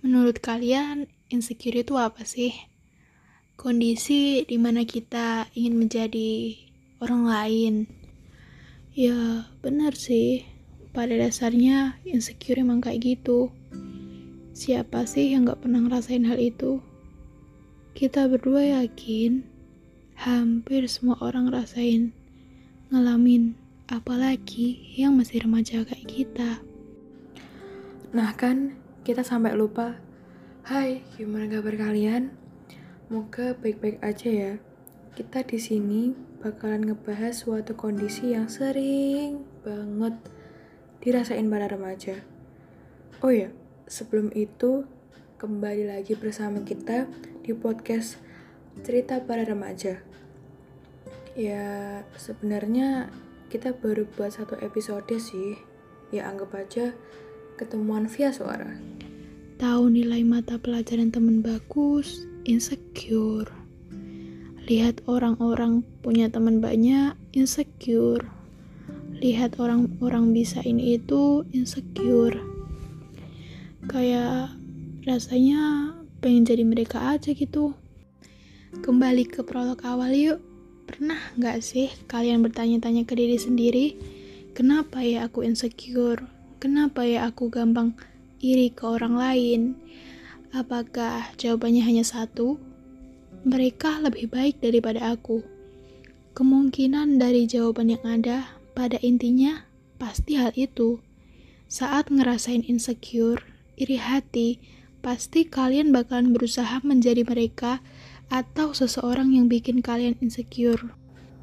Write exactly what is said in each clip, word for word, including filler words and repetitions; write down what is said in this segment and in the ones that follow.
Menurut kalian, insecure itu apa sih? Kondisi di mana kita ingin menjadi orang lain. Ya, benar sih. Pada dasarnya, insecure emang kayak gitu. Siapa sih yang gak pernah ngerasain hal itu? Kita berdua yakin, hampir semua orang ngerasain, ngalamin, apalagi yang masih remaja kayak kita. Nah kan, kita sampai lupa. Hai, gimana kabar kalian? Moga baik-baik aja ya. Kita di sini bakalan ngebahas suatu kondisi yang sering banget dirasain para remaja. Oh ya, sebelum itu kembali lagi bersama kita di podcast Cerita Para Remaja. Ya, sebenarnya kita baru buat satu episode sih. Ya anggap aja ketemuan via suara. Tahu nilai mata pelajaran teman bagus, insecure. Lihat orang-orang punya teman banyak, insecure. Lihat orang-orang bisa ini itu, insecure. Kayak rasanya pengen jadi mereka aja gitu. Kembali ke prolog awal yuk. Pernah gak sih kalian bertanya-tanya ke diri sendiri, kenapa ya aku insecure? Kenapa ya aku gampang iri ke orang lain? Apakah jawabannya hanya satu? Mereka lebih baik daripada aku. Kemungkinan dari jawaban yang ada, pada intinya pasti hal itu. Saat ngerasain insecure, iri hati, pasti kalian bakalan berusaha menjadi mereka atau seseorang yang bikin kalian insecure.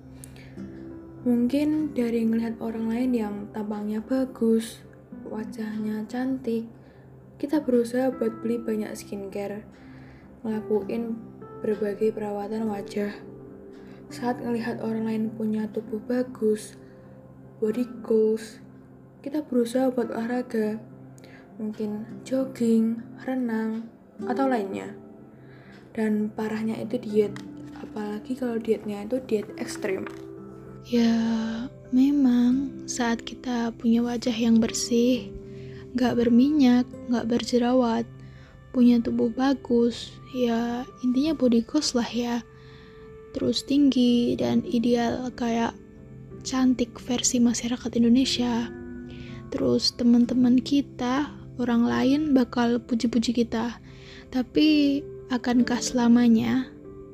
Mungkin dari ngelihat orang lain yang tampangnya bagus, wajahnya cantik, kita berusaha buat beli banyak skincare, ngelakuin berbagai perawatan wajah. Saat ngelihat orang lain punya tubuh bagus, body goals, kita berusaha buat olahraga, mungkin jogging, renang, atau lainnya. Dan parahnya itu diet, apalagi kalau dietnya itu diet ekstrim. Ya, memang saat kita punya wajah yang bersih, gak berminyak, gak berjerawat, punya tubuh bagus, ya intinya body goals lah ya. Terus tinggi dan ideal kayak cantik versi masyarakat Indonesia. Terus teman-teman kita, orang lain bakal puji-puji kita. Tapi akankah selamanya?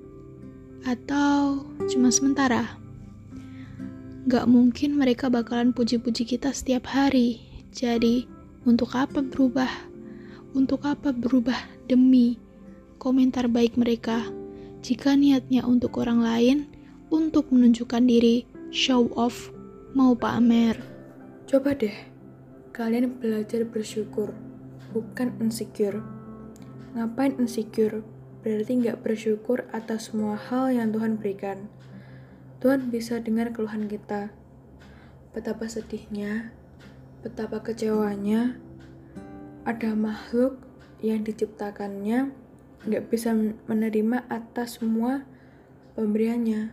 Atau cuma sementara? Gak mungkin mereka bakalan puji-puji kita setiap hari. Jadi, untuk apa berubah? Untuk apa berubah demi komentar baik mereka? Jika niatnya untuk orang lain, untuk menunjukkan diri, show off, mau pamer. Coba deh, kalian belajar bersyukur, bukan insecure. Ngapain insecure? Berarti gak bersyukur atas semua hal yang Tuhan berikan. Tuhan bisa dengar keluhan kita. Betapa sedihnya, betapa kecewanya, ada makhluk yang diciptakannya gak bisa menerima atas semua pemberiannya.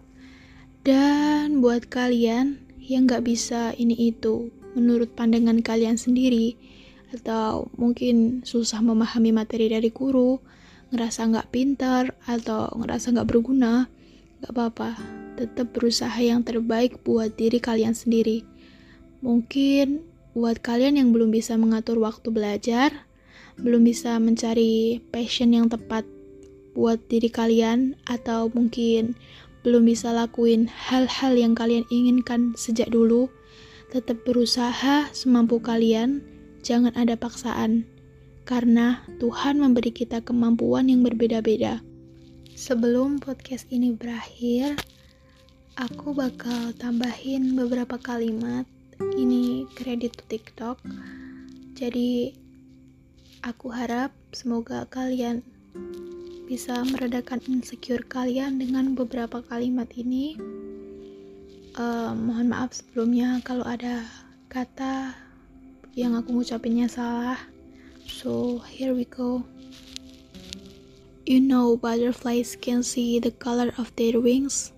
Dan buat kalian yang gak bisa ini itu menurut pandangan kalian sendiri, atau mungkin susah memahami materi dari guru, ngerasa gak pintar, atau ngerasa gak berguna, gak apa-apa, tetap berusaha yang terbaik buat diri kalian sendiri. Mungkin buat kalian yang belum bisa mengatur waktu belajar, belum bisa mencari passion yang tepat buat diri kalian, atau mungkin belum bisa lakuin hal-hal yang kalian inginkan sejak dulu, tetap berusaha semampu kalian, jangan ada paksaan, karena Tuhan memberi kita kemampuan yang berbeda-beda. Sebelum podcast ini berakhir, aku bakal tambahin beberapa kalimat. Ini kredit TikTok. Jadi aku harap semoga kalian bisa meredakan insecure kalian dengan beberapa kalimat ini. Uh, mohon maaf sebelumnya kalau ada kata yang aku ngucapinnya salah. So here we go. You know butterflies can see the color of their wings,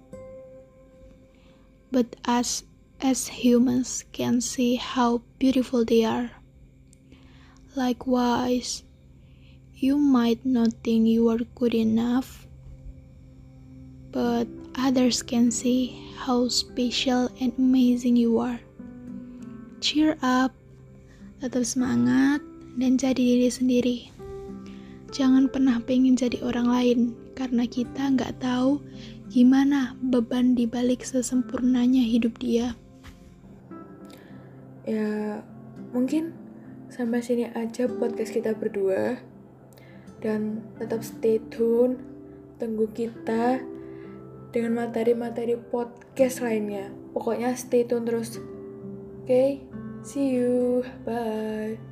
but us as humans can see how beautiful they are. Likewise, You might not think you are good enough, but others can see how special and amazing you are. Cheer up, tetap semangat, dan jadi diri sendiri. Jangan pernah pengen jadi orang lain, karena kita nggak tahu gimana beban dibalik sesempurnanya hidup dia. Ya, mungkin sampai sini aja podcast kita berdua. Dan tetap stay tune, tunggu kita dengan materi-materi podcast lainnya. Pokoknya stay tune terus. Oke, okay? See you, bye.